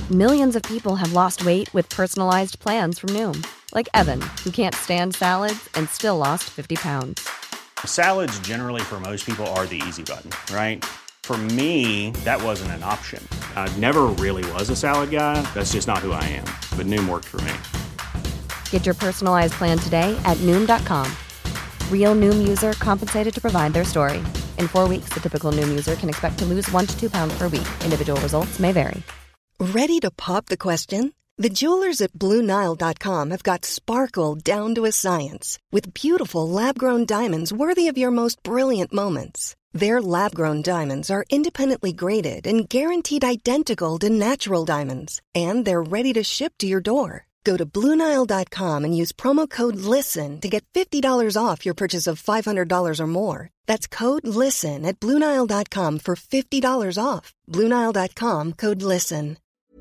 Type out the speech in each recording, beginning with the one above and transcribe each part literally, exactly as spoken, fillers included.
Millions of people have lost weight with personalized plans from Noom. Like Evan, who can't stand salads and still lost fifty pounds. Salads generally for most people are the easy button, right? For me, that wasn't an option. I never really was a salad guy. That's just not who I am. But Noom worked for me. Get your personalized plan today at Noom dot com. Real Noom user compensated to provide their story. In four weeks, the typical Noom user can expect to lose one to two pounds per week. Individual results may vary. Ready to pop the question? The jewelers at Blue Nile dot com have got sparkle down to a science with beautiful lab-grown diamonds worthy of your most brilliant moments. Their lab-grown diamonds are independently graded and guaranteed identical to natural diamonds, and they're ready to ship to your door. Go to Blue Nile dot com and use promo code LISTEN to get fifty dollars off your purchase of five hundred dollars or more. That's code LISTEN at Blue Nile dot com for fifty dollars off. Blue Nile dot com, code LISTEN.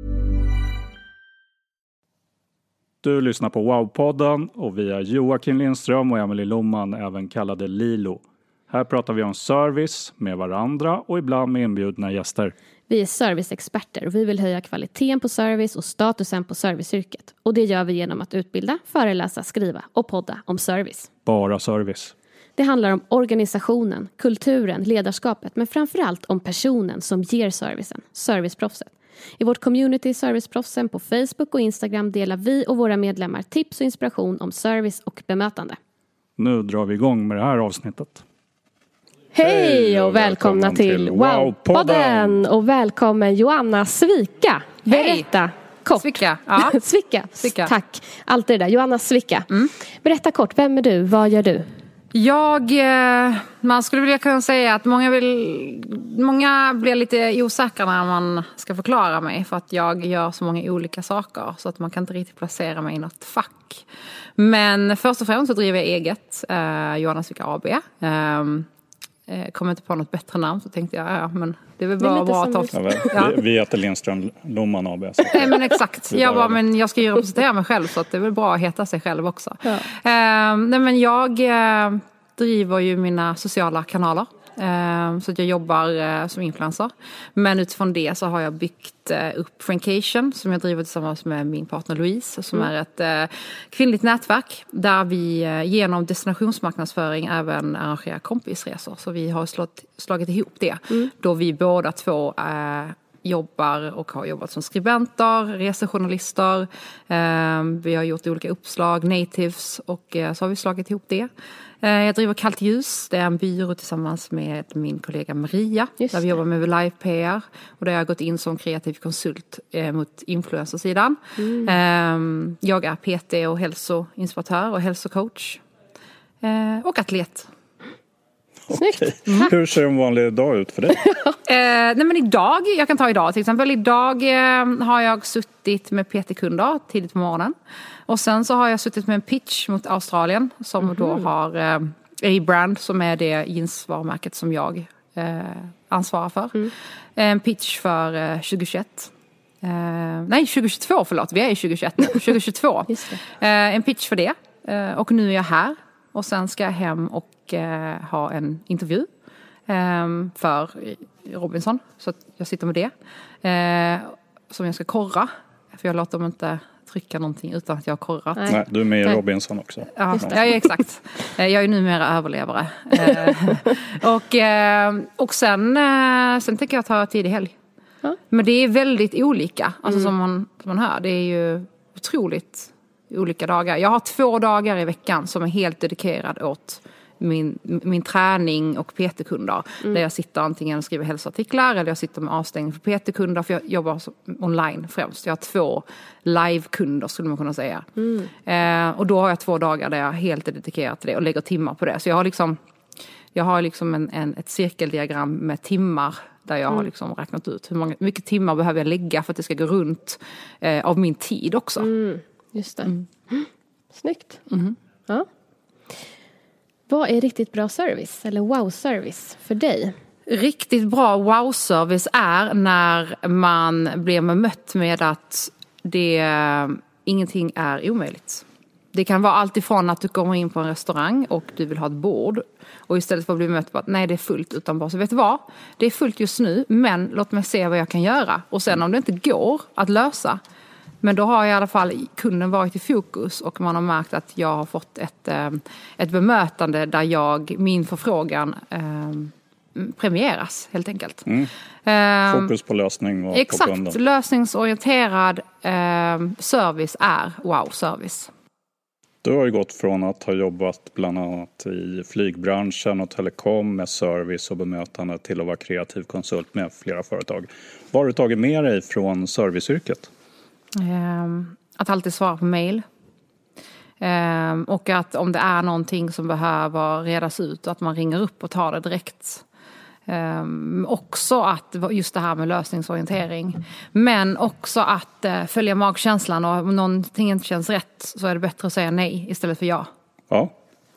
Du lyssnar på Wow-podden och vi är Joakim Lindström och Emily Lomman, även kallade Lilo. Här pratar vi om service med varandra och ibland med inbjudna gäster. Vi är serviceexperter och vi vill höja kvaliteten på service och statusen på serviceyrket. Och det gör vi genom att utbilda, föreläsa, skriva och podda om service. Bara service. Det handlar om organisationen, kulturen, ledarskapet, men framförallt om personen som ger servicen, serviceproffset. I vårt community Serviceproffsen på Facebook och Instagram delar vi och våra medlemmar tips och inspiration om service och bemötande. Nu drar vi igång med det här avsnittet. Hej och välkomna till Wow-podden och välkommen Joanna Svika. Berätta Hej. kort. Svika, ja. Svika. Svika. Tack. Allt det där. Joanna Svika. Mm. Berätta kort, vem är du? Vad gör du? Jag, man skulle vilja kunna säga att många, vill, många blir lite osäkra när man ska förklara mig. För att jag gör så många olika saker så att man kan inte riktigt placera mig i något fack. Men först och främst så driver jag eget, eh, Joanna Svika A B. Eh, kommer inte på något bättre namn så tänkte jag, ja men det är väl bara bra att ta. Ja, ja. Vi, vi heter Lindström Lomman A B. Nej men exakt, jag bara, men jag ska ju representera mig själv så att det är väl bra att heta sig själv också. Ja. Eh, nej men jag eh, driver ju mina sociala kanaler. Eh, så att jag jobbar eh, som influencer. Men utifrån det så har jag byggt eh, upp Frankation som jag driver tillsammans med min partner Louise. Som mm. är ett eh, kvinnligt nätverk där vi eh, genom destinationsmarknadsföring även arrangerar kompisresor. Så vi har slått, slagit ihop det. Mm. Då vi båda två eh, jobbar och har jobbat som skribenter, resejournalister. Eh, vi har gjort olika uppslag, natives och eh, så har vi slagit ihop det. Jag driver Kallt ljus, det är en byrå tillsammans med min kollega Maria. Just där vi jobbar med live P R. Och där jag har gått in som kreativ konsult eh, mot influencersidan. Mm. Eh, jag är P T och hälsoinspiratör och hälsocoach. Eh, och atlet. Snyggt. Mm. Hur ser en vanlig dag ut för dig? eh, nej men idag, jag kan ta idag till exempel. Idag eh, har jag suttit med P T-kunder tidigt på morgonen. Och sen så har jag suttit med en pitch mot Australien som mm-hmm. då har eh, A-brand som är det jeansvarumärket som jag eh, ansvarar för. Mm. En pitch för eh, tjugohundratjugoett. Eh, nej, tjugohundratjugotvå förlåt. Vi är i tjugohundratjugoett nu. tjugohundratjugotvå. Just det. Eh, en pitch för det. Eh, och nu är jag här. Och sen ska jag hem och eh, ha en intervju eh, för Robinson. Så att jag sitter med det. Eh, som jag ska korra. För jag låter dem inte trycka någonting utan att jag har korrat. Nej, du är med i Robinson också. Ja, ja exakt. Jag är ju numera överlevare. och, och sen, sen tänker jag ta tidig helg. Ja. Men det är väldigt olika. Alltså mm. som, man, som man hör. Det är ju otroligt olika dagar. Jag har två dagar i veckan som är helt dedikerad åt min, min träning och P T-kunder. Mm. Där jag sitter antingen och skriver hälsoartiklar eller jag sitter med avstängning för P T-kunder. För jag jobbar online främst. Jag har två live-kunder skulle man kunna säga. Mm. Eh, och då har jag två dagar där jag är helt dedikerat till det och lägger timmar på det. Så jag har liksom, jag har liksom en, en, ett cirkeldiagram med timmar där jag mm. har liksom räknat ut hur många, mycket timmar behöver jag lägga för att det ska gå runt eh, av min tid också. Mm. Just det. Mm. Snyggt. Mm. Ja. Vad är riktigt bra service eller wow-service för dig? Riktigt bra wow-service är när man blir bemött med att det, ingenting är omöjligt. Det kan vara allt ifrån att du kommer in på en restaurang och du vill ha ett bord. Och istället för att bli mött på att nej det är fullt, utan bara så vet du vad, det är fullt just nu, men låt mig se vad jag kan göra. Och sen om det inte går att lösa, men då har i alla fall kunden varit i fokus och man har märkt att jag har fått ett, ett bemötande där jag, min förfrågan eh, premieras helt enkelt. Mm. Eh, Fokus på lösning och exakt, på kunden. lösningsorienterad eh, service är wow-service. Du har ju gått från att ha jobbat bland annat i flygbranschen och telekom med service och bemötande till att vara kreativ konsult med flera företag. Vad har du tagit med dig från serviceyrket? Um, att alltid svara på mejl. Um, och att om det är någonting som behöver redas ut, att man ringer upp och tar det direkt. Um, också att just det här med lösningsorientering. Men också att uh, följa magkänslan, och om någonting inte känns rätt så är det bättre att säga nej istället för ja. Ja.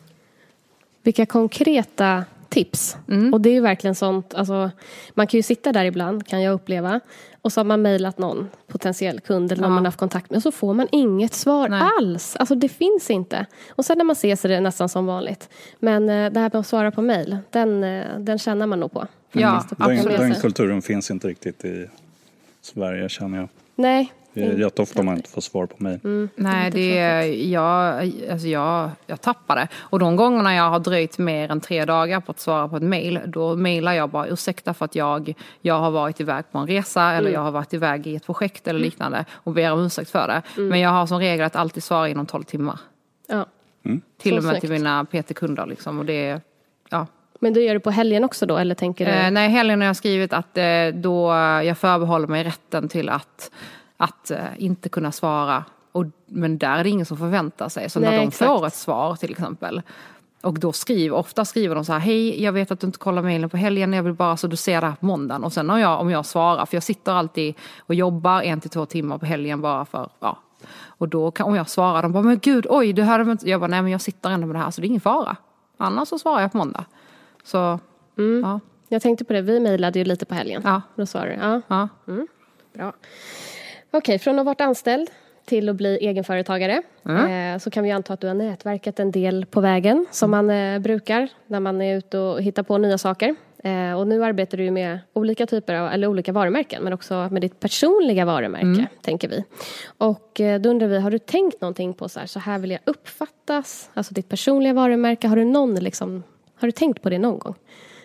Vilka konkreta tips. Mm. Och det är ju verkligen sånt, alltså, man kan ju sitta där ibland, kan jag uppleva, och så har man mejlat någon potentiell kund eller någon ja. man har haft kontakt med, och så får man inget svar Nej. alls. Alltså det finns inte. Och sen när man ser så är det nästan som vanligt. Men det här med att svara på mejl, den, den känner man nog på. Ja, den, den kulturen finns inte riktigt i Sverige, känner jag. Nej. Det är jätteofta man inte får svar på mig. Mm, Nej, det är, jag, alltså jag, jag tappar det. Och de gångerna jag har dröjt mer än tre dagar på att svara på ett mejl, då mejlar jag bara ursäkta för att jag, jag har varit iväg på en resa mm. eller jag har varit iväg i ett projekt eller liknande och ber om ursäkt för det. Mm. Men jag har som regel att alltid svara inom tolv timmar. Ja. Mm. Till och med snyggt. Till mina P T-kunder liksom. Och det är, ja. Men du gör det på helgen också då, eller tänker du? Eh, nej, helgen har jag skrivit att eh, då jag förbehåller mig rätten till att Att uh, inte kunna svara. Och, men där är det ingen som förväntar sig. Så Nej, när de exakt. får ett svar till exempel. Och då skriver, ofta skriver de så här: hej, jag vet att du inte kollar mejlen på helgen. Jag vill bara så du ser det här på måndagen. Och sen har jag, om jag svarar, för jag sitter alltid och jobbar en till två timmar på helgen bara för, ja. Och då kan, om jag svarar, de bara, men gud, oj, du hörde mig inte. Jag bara, nej men jag sitter ändå med det här, så det är ingen fara. Annars så svarar jag på måndag. Så, mm. ja. Jag tänkte på det, vi mejlade ju lite på helgen. Ja. Då svarade du, ja. ja. Mm. Bra. Okej, från att ha varit anställd till att bli egenföretagare mm. eh, så kan vi anta att du har nätverkat en del på vägen som man eh, brukar när man är ute och hittar på nya saker. Eh, och nu arbetar du med olika typer av, eller olika varumärken, men också med ditt personliga varumärke, mm. tänker vi. Och eh, då undrar vi, har du tänkt någonting på så här, så här vill jag uppfattas? Alltså ditt personliga varumärke, har du någon liksom, har du tänkt på det någon gång?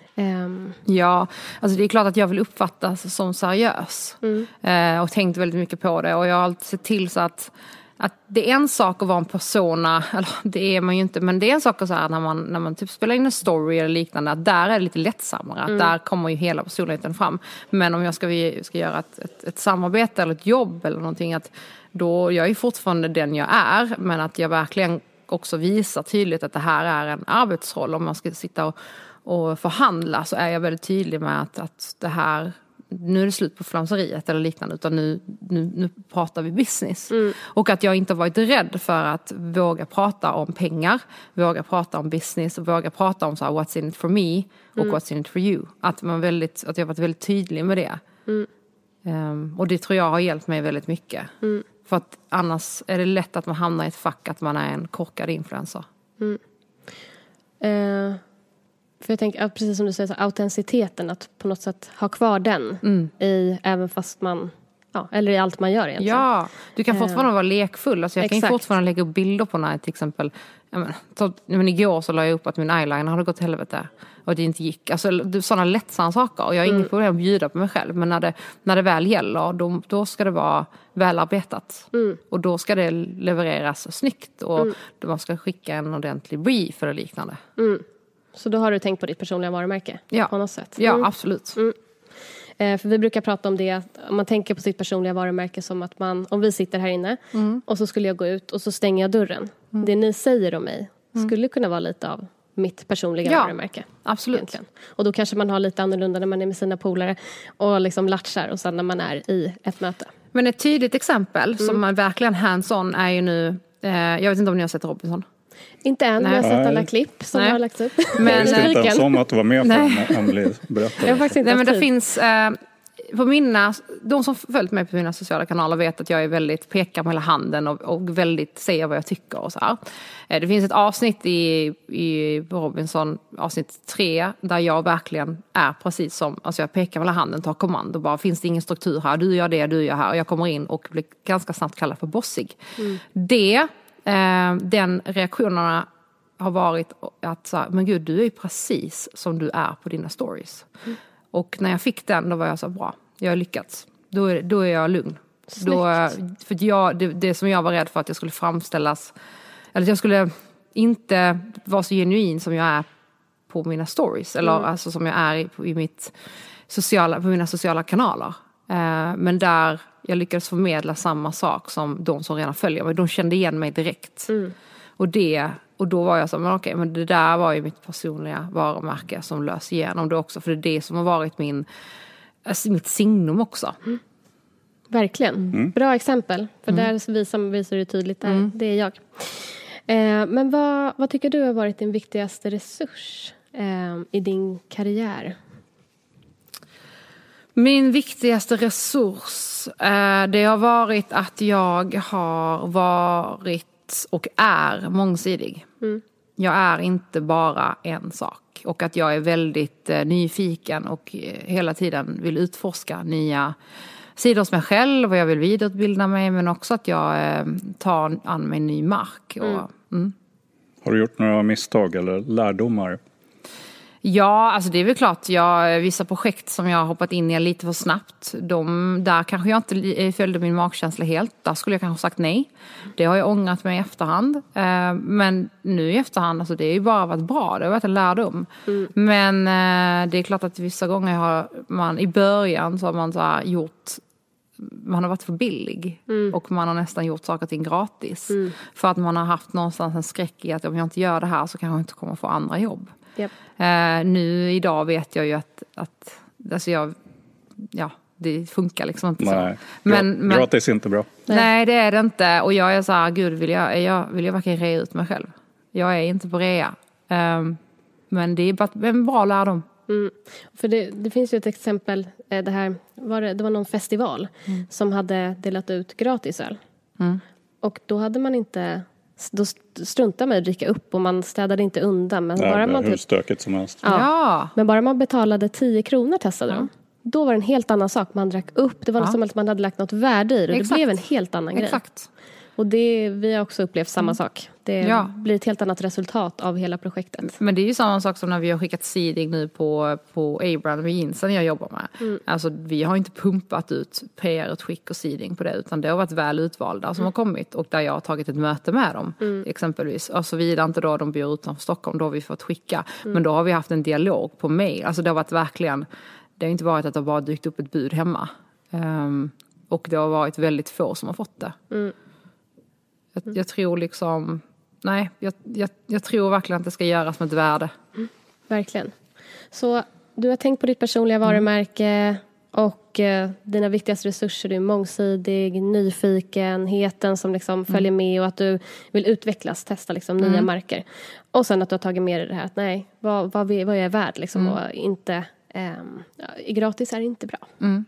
Um. Ja, alltså det är klart att jag vill uppfattas som seriös mm. eh, och tänkt väldigt mycket på det, och jag har alltid sett till så att, att det är en sak att vara en persona, eller det är man ju inte, men det är en sak att så här, när man, när man typ spelar in en story eller liknande, att där är det lite lättsammare, att mm. där kommer ju hela personligheten fram. Men om jag ska, ska göra ett, ett, ett samarbete eller ett jobb eller någonting, att då, jag är fortfarande den jag är, men att jag verkligen också visar tydligt att det här är en arbetsroll. Om man ska sitta och och förhandla, så är jag väldigt tydlig med att, att det här, nu är det slut på flamseriet eller liknande, utan nu, nu, nu pratar vi business. Mm. Och att jag inte har varit rädd för att våga prata om pengar, våga prata om business och våga prata om så här, what's in it for me och mm. what's in it for you. Att, man väldigt, att jag har varit väldigt tydlig med det. Mm. Um, och det tror jag har hjälpt mig väldigt mycket. Mm. För att annars är det lätt att man hamnar i ett fack att man är en korkad influencer. Mm. Uh. För jag tänker, precis som du säger, så autenticiteten, att på något sätt ha kvar den mm. i, även fast man, ja, eller i allt man gör egentligen. Ja, du kan fortfarande uh, vara lekfull. Alltså jag exakt. kan fortfarande lägga upp bilder på när till exempel, jag men, så, men igår så la jag upp att min eyeliner hade gått till helvete och det inte gick. Alltså sådana lättsamma saker, och jag har mm. inget problem att bjuda på mig själv, men när det, när det väl gäller, då, då ska det vara välarbetat. Mm. Och då ska det levereras snyggt, och mm. man ska skicka en ordentlig brief eller liknande. Mm. Så då har du tänkt på ditt personliga varumärke ja. på något sätt? Mm. Ja, absolut. Mm. Eh, för vi brukar prata om det, att om man tänker på sitt personliga varumärke som att man, om vi sitter här inne mm. och så skulle jag gå ut och så stänger jag dörren. Mm. Det ni säger om mig mm. skulle kunna vara lite av mitt personliga ja, varumärke. Absolut. Egentligen. Och då kanske man har lite annorlunda när man är med sina polare och liksom latchar, och sen när man är i ett möte. Men ett tydligt exempel mm. som man verkligen hands-on är ju nu, eh, jag vet inte om ni har sett Robinson. Inte än, men jag har sett alla klipp som Nej. har lagts upp. Men jag visste inte ens om att du var med på Emily berättade. Jag faktiskt inte Nej, men det tid. finns, eh, på mina, de som följt mig på mina sociala kanaler vet att jag är väldigt pekar med hela handen och, och väldigt säger vad jag tycker och så här. Det finns ett avsnitt i, i Robinson, avsnitt tre, där jag verkligen är precis som, alltså jag pekar med hela handen, tar kommando, bara finns det ingen struktur här, du gör det, du gör här, och jag kommer in och blir ganska snabbt kallad för bossig. Mm. Det, eh, den reaktionerna har varit att så här, men gud, du är ju precis som du är på dina stories. Mm. Och när jag fick den, då var jag så bra. Jag har lyckats. Då är, då är jag lugn. Då, för jag, det, det som jag var rädd för att jag skulle framställas, eller att jag skulle inte vara så genuin som jag är på mina stories. Eller mm. alltså som jag är i, i mitt sociala, på mina sociala kanaler. Eh, men där jag lyckades förmedla samma sak som de som redan följer mig. De kände igen mig direkt. Mm. Och det... Och då var jag så, men okej, men det där var ju mitt personliga varumärke som lös igenom det också. För det är det som har varit min, alltså mitt signum också. Mm. Verkligen. Mm. Bra exempel. För mm. där visar, visar det tydligt, där, mm. det är jag. Eh, men vad, vad tycker du har varit din viktigaste resurs eh, i din karriär? Min viktigaste resurs, eh, det har varit att jag har varit och är mångsidig. Mm. Jag är inte bara en sak. Och att jag är väldigt eh, nyfiken och eh, hela tiden vill utforska nya sidor hos mig själv. Och jag vill vidareutbilda mig, men också att jag eh, tar an mig ny mark. Och, mm. Mm. Har du gjort några misstag eller lärdomar? Ja, alltså det är väl klart. Jag, vissa projekt som jag har hoppat in i lite för snabbt, de, där kanske jag inte följde min magkänsla helt. Där skulle jag kanske ha sagt nej. Det har jag ångrat mig i efterhand. Eh, men nu i efterhand, alltså det har ju bara varit bra. Det har varit en lärdom. Mm. Men eh, det är klart att vissa gånger har man, i början så har man så här gjort, man har varit för billig. Mm. Och man har nästan gjort saker och ting gratis. Mm. För att man har haft någonstans en skräck i att om jag inte gör det här så kanske jag inte kommer få andra jobb. Yep. Uh, nu idag vet jag ju att, att alltså jag, ja, det funkar liksom inte. Nej, så. Men, men, gratis är inte bra. Nej, det är det inte. Och jag är så här, gud, vill jag, jag, vill jag verkligen rea ut mig själv? Jag är inte på rea. Um, men det är bara en bra lärdom. Mm. För det, det finns ju ett exempel, det här var det, det var någon festival mm. som hade delat ut gratis öl. Mm. Och då hade man inte... Då struntade man att dricka upp och man städade inte undan. Men ja, bara det man hur typ, stökigt som helst. Ja, ja. Men bara man betalade tio kronor testade ja. de. Då var det en helt annan sak. Man drack upp. Det var ja. som att man hade lagt något värde i det. Och det blev en helt annan grej. Exakt. Och det, vi har också upplevt samma mm. sak. Det ja. blir ett helt annat resultat av hela projektet. Men det är ju samma sak som när vi har skickat seeding nu på, på A-brand med jeansen jag jobbar med. Mm. Alltså vi har inte pumpat ut P R-utskick och seeding på det. Utan det har varit väl utvalda som mm. har kommit. Och där jag har tagit ett möte med dem. Mm. Exempelvis. Och så vidare inte då de bor utanför Stockholm. Då har vi fått skicka. Mm. Men då har vi haft en dialog på mail. Alltså det har varit verkligen. Det har inte varit att det bara dykt upp ett bud hemma. Um, och det har varit väldigt få som har fått det. Mm. Jag, jag tror liksom, nej, jag, jag, jag tror verkligen att det ska göras med ett värde. Mm, verkligen. Så du har tänkt på ditt personliga varumärke och eh, dina viktigaste resurser. Du är mångsidig, nyfikenheten som liksom mm. följer med och att du vill utvecklas, testa liksom nya mm. marker. Och sen att du har tagit med dig det här att nej, vad, vad, vad är jag värd liksom mm. och inte, eh, gratis är inte bra. Mm.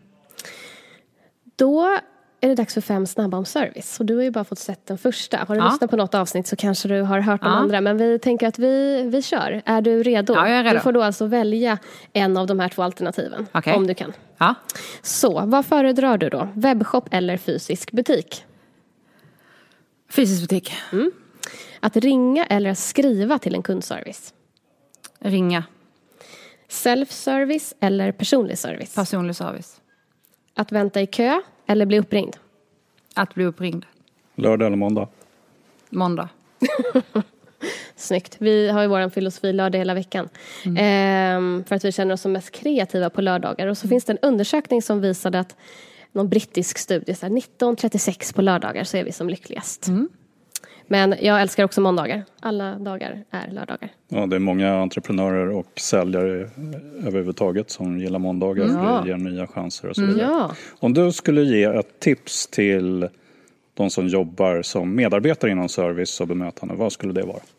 Då är det dags för fem snabba om service. Och du har ju bara fått sett den första. Har du ja. lyssnat på något avsnitt så kanske du har hört de ja. andra. Men vi tänker att vi, vi kör. Är du redo? Ja, jag är redo. Du får då alltså välja en av de här två alternativen. Okay. Om du kan. Ja. Så, vad föredrar du då? Webbshop eller fysisk butik? Fysisk butik. Mm. Att ringa eller att skriva till en kundservice? Ringa. Self-service eller personlig service? Personlig service. Att vänta i kö eller bli uppringd? Att bli uppringd. Lördag eller måndag? Måndag. Snyggt. Vi har ju vår filosofi lördag hela veckan. Mm. Ehm, för att vi känner oss som mest kreativa på lördagar. Och så mm. finns det en undersökning som visade att någon brittisk studie, så här, nitton trettiosex på lördagar så är vi som lyckligast. Mm. Men jag älskar också måndagar. Alla dagar är lördagar. Ja, det är många entreprenörer och säljare överhuvudtaget som gillar måndagar. Mm. För det ger nya chanser och så vidare. Mm, ja. Om du skulle ge ett tips till de som jobbar som medarbetare inom service och bemötande, vad skulle det vara?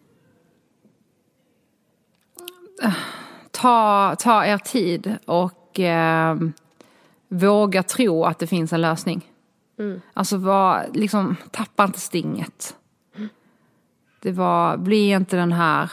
Ta, ta er tid och och eh, våga tro att det finns en lösning. Mm. Alltså var, liksom, tappa inte stinget. Mm. Det var, bli inte den här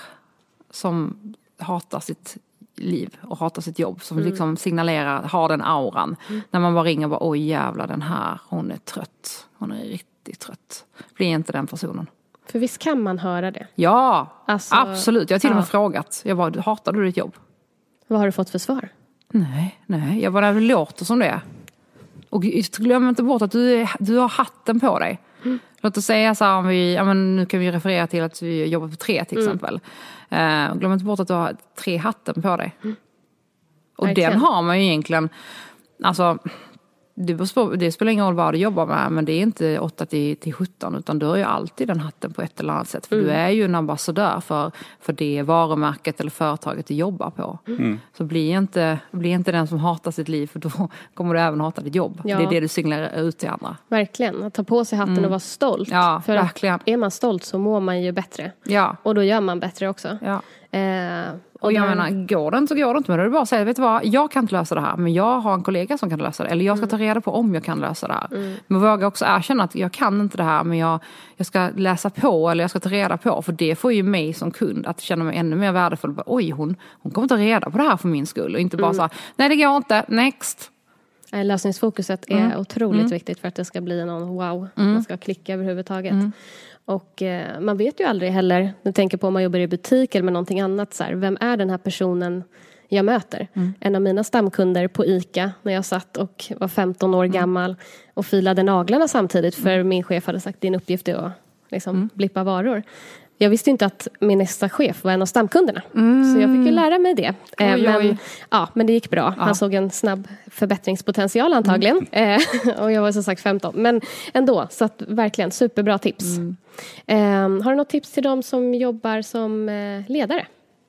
som hatar sitt liv och hatar sitt jobb. Som mm. liksom signalerar, har den auran. Mm. När man bara ringer och bara, oj jävlar den här, hon är trött. Hon är riktigt trött. Bli inte den personen. För visst kan man höra det? Ja, alltså, absolut. Jag har till och med ja. frågat. Jag bara, hatar du ditt jobb? Vad har du fått för svar? Nej, nej. Jag bara, det låter som det. Och glöm inte bort att du, är, du har hatten på dig. Mm. Låt oss säga så här, om vi, ja, men nu kan vi referera till att vi jobbar på tre till exempel. Mm. Uh, glöm inte bort att du har tre hatten på dig. Mm. Och verkligen. Den har man ju egentligen, alltså det, det spelar ingen roll vad du jobbar med, men det är inte åtta till sjutton, utan du har ju alltid den hatten på ett eller annat sätt. För mm. du är ju en ambassadör för, för det varumärket eller företaget du jobbar på. Mm. Så bli inte, bli inte den som hatar sitt liv, för då kommer du även hata ditt jobb. Ja. Det är det du signalerar ut till andra. Verkligen, att ta på sig hatten mm. och vara stolt. Ja, för verkligen. Är man stolt så mår man ju bättre. Ja. Och då gör man bättre också. Ja. Eh, Och, och jag där... menar, går det inte så går det inte. Men då är det bara att säga, vet du vad, jag kan inte lösa det här. Men jag har en kollega som kan lösa det. Eller jag ska ta reda på om jag kan lösa det här. Mm. Men våga också erkänna att jag kan inte det här. Men jag, jag ska läsa på eller jag ska ta reda på. För det får ju mig som kund att känna mig ännu mer värdefull. Oj, hon, hon kommer ta reda på det här för min skull. Och inte bara mm. så här, nej det går inte, next. Lösningsfokuset är mm. otroligt mm. viktigt för att det ska bli någon wow. Mm. Man ska klicka överhuvudtaget. Mm. Och eh, man vet ju aldrig heller, nu tänker på om man jobbar i butik eller med någonting annat så här, vem är den här personen jag möter? Mm. En av mina stamkunder på ICA när jag satt och var femton år mm. gammal och filade naglarna samtidigt för mm. min chef hade sagt din uppgift är att liksom, mm. blippa varor. Jag visste inte att min nästa chef var en av stamkunderna. Mm. Så jag fick ju lära mig det. Eh, oj, men, oj. Ja, men det gick bra. Ja. Han såg en snabb förbättringspotential antagligen. Mm. Eh, och jag var som sagt femton. Men ändå, så att, verkligen superbra tips. Mm. Eh, har du något tips till dem som jobbar som eh, ledare?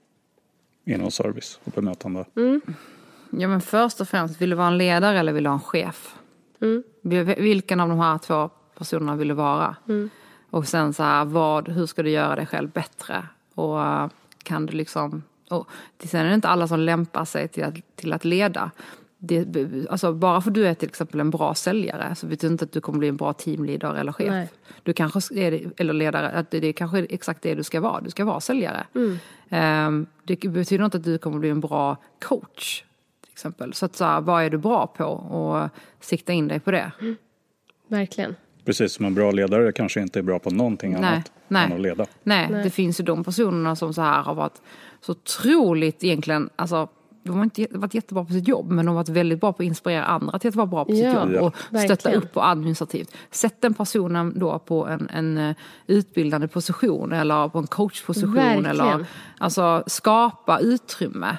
Inom service och bemötande. Mm. Ja, men först och främst, vill du vara en ledare eller vill du ha en chef? Mm. Vilken av de här två personerna vill du vara? Mm. Och sen så här, vad, hur ska du göra dig själv bättre? Och uh, kan du liksom... Och, sen är det inte alla som lämpar sig till att, till att leda. Det, alltså, bara för att du är till exempel en bra säljare så betyder inte att du kommer bli en bra teamleader eller chef. Nej. Du kanske är, eller ledare, att det, det är kanske exakt det du ska vara. Du ska vara säljare. Mm. Um, det betyder inte att du kommer bli en bra coach till exempel. Så att så här, vad är du bra på? Och sikta in dig på det. Mm. Verkligen. Precis, som en bra ledare kanske inte är bra på någonting nej, annat nej. än att leda. Nej, nej, det finns ju de personerna som så här har varit så otroligt egentligen, alltså de har inte varit jättebra på sitt jobb, men de har varit väldigt bra på att inspirera andra till att vara bra på sitt ja, jobb och ja, stötta upp och administrativt. Sätt den personen då på en, en utbildande position eller på en coachposition verkligen. Eller alltså skapa utrymme.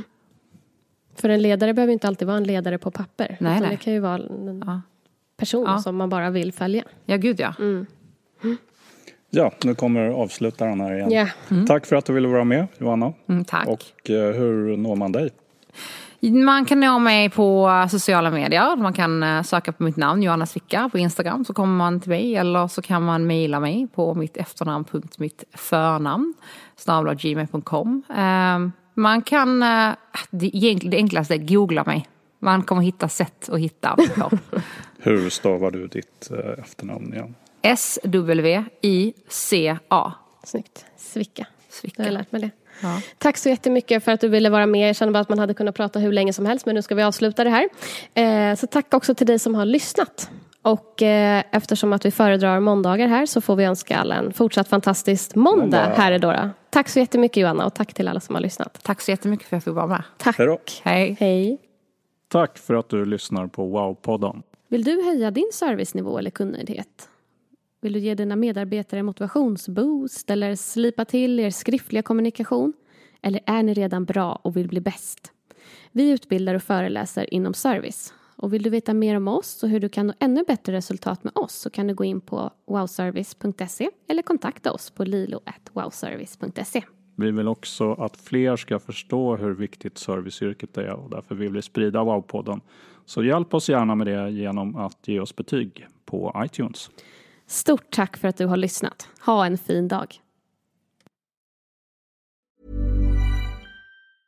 För en ledare behöver inte alltid vara en ledare på papper. Nej, nej. Det kan ju vara en ja. person ja. Som man bara vill följa. Ja, gud ja. Mm. Mm. Ja, nu kommer avslutaren här igen. Yeah. Mm. Tack för att du ville vara med, Johanna. Mm, tack. Och eh, hur når man dig? Man kan nå mig på sociala medier. Man kan söka på mitt namn, Johanna Svicka, på Instagram. Så kommer man till mig. Eller så kan man mejla mig på mitt efternamn punkt mitt förnamn snabel-a gmail punkt com. Eh, man kan, eh, det, det enklaste är googla mig. Man kommer hitta sätt att hitta mig på. Hur stavar du ditt eh, efternamn igen? S W I C A. Snyggt. Svicka. Svicka. Jag har lärt mig det. Ja. Tack så jättemycket för att du ville vara med. Jag känner bara att man hade kunnat prata hur länge som helst. Men nu ska vi avsluta det här. Eh, så tack också till dig som har lyssnat. Och eh, eftersom att vi föredrar måndagar här så får vi önska alla en fortsatt fantastisk måndag, måndag. här i Dora. Tack så jättemycket Johanna och tack till alla som har lyssnat. Tack så jättemycket för att jag fick vara med. Tack. Hejdå. Hej. Hej. Tack för att du lyssnar på Wow-podden. Vill du höja din servicenivå eller kundnöjdhet? Vill du ge dina medarbetare motivationsboost eller slipa till er skriftliga kommunikation? Eller är ni redan bra och vill bli bäst? Vi utbildar och föreläser inom service. Och vill du veta mer om oss och hur du kan nå ännu bättre resultat med oss så kan du gå in på wowservice punkt se eller kontakta oss på lilo at wowservice punkt se. Vi vill också att fler ska förstå hur viktigt serviceyrket är och därför vill vi sprida Wow-podden. Så hjälp oss gärna med det genom att ge oss betyg på iTunes. Stort tack för att du har lyssnat. Ha en fin dag.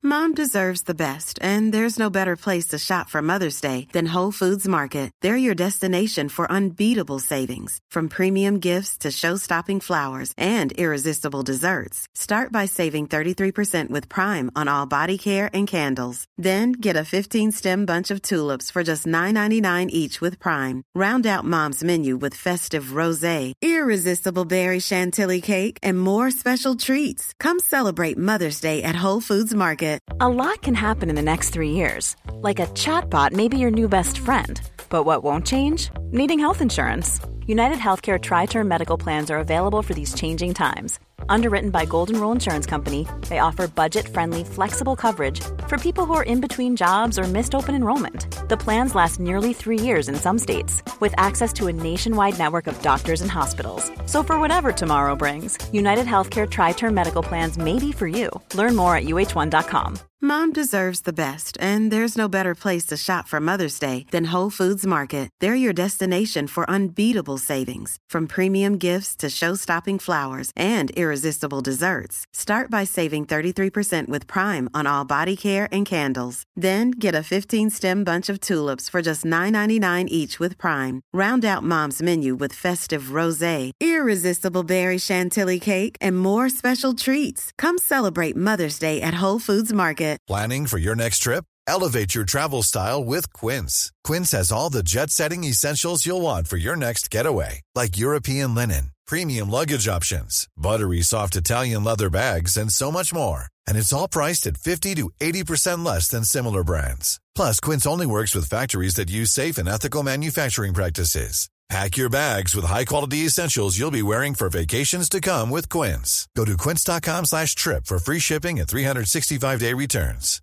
Mom deserves the best, and there's no better place to shop for Mother's Day than Whole Foods Market. They're your destination for unbeatable savings, from premium gifts to show-stopping flowers and irresistible desserts. Start by saving thirty-three percent with Prime on all body care and candles. Then get a fifteen-stem bunch of tulips for just nine ninety-nine each with Prime. Round out Mom's menu with festive rosé, irresistible berry chantilly cake, and more special treats. Come celebrate Mother's Day at Whole Foods Market. A lot can happen in the next three years. Like a chatbot may be your new best friend. But what won't change? Needing health insurance. United Healthcare Tri-Term Medical Plans are available for these changing times. Underwritten by Golden Rule Insurance Company, they offer budget-friendly, flexible coverage for people who are in between jobs or missed open enrollment. The plans last nearly three years in some states, with access to a nationwide network of doctors and hospitals. So for whatever tomorrow brings, United Healthcare Tri-Term Medical Plans may be for you. Learn more at U H one dot com. Mom deserves the best, and there's no better place to shop for Mother's Day than Whole Foods Market. They're your destination for unbeatable savings, from premium gifts to show-stopping flowers and irresistible desserts. Start by saving thirty-three percent with Prime on all body care and candles. Then get a fifteen-stem bunch of tulips for just nine ninety-nine each with Prime. Round out Mom's menu with festive rosé, irresistible berry chantilly cake, and more special treats. Come celebrate Mother's Day at Whole Foods Market. Planning for your next trip? Elevate your travel style with Quince. Quince has all the jet-setting essentials you'll want for your next getaway, like European linen, premium luggage options, buttery soft Italian leather bags, and so much more. And it's all priced at fifty to eighty percent less than similar brands. Plus, Quince only works with factories that use safe and ethical manufacturing practices. Pack your bags with high-quality essentials you'll be wearing for vacations to come with Quince. Go to quince dot com slash trip for free shipping and three sixty-five day returns.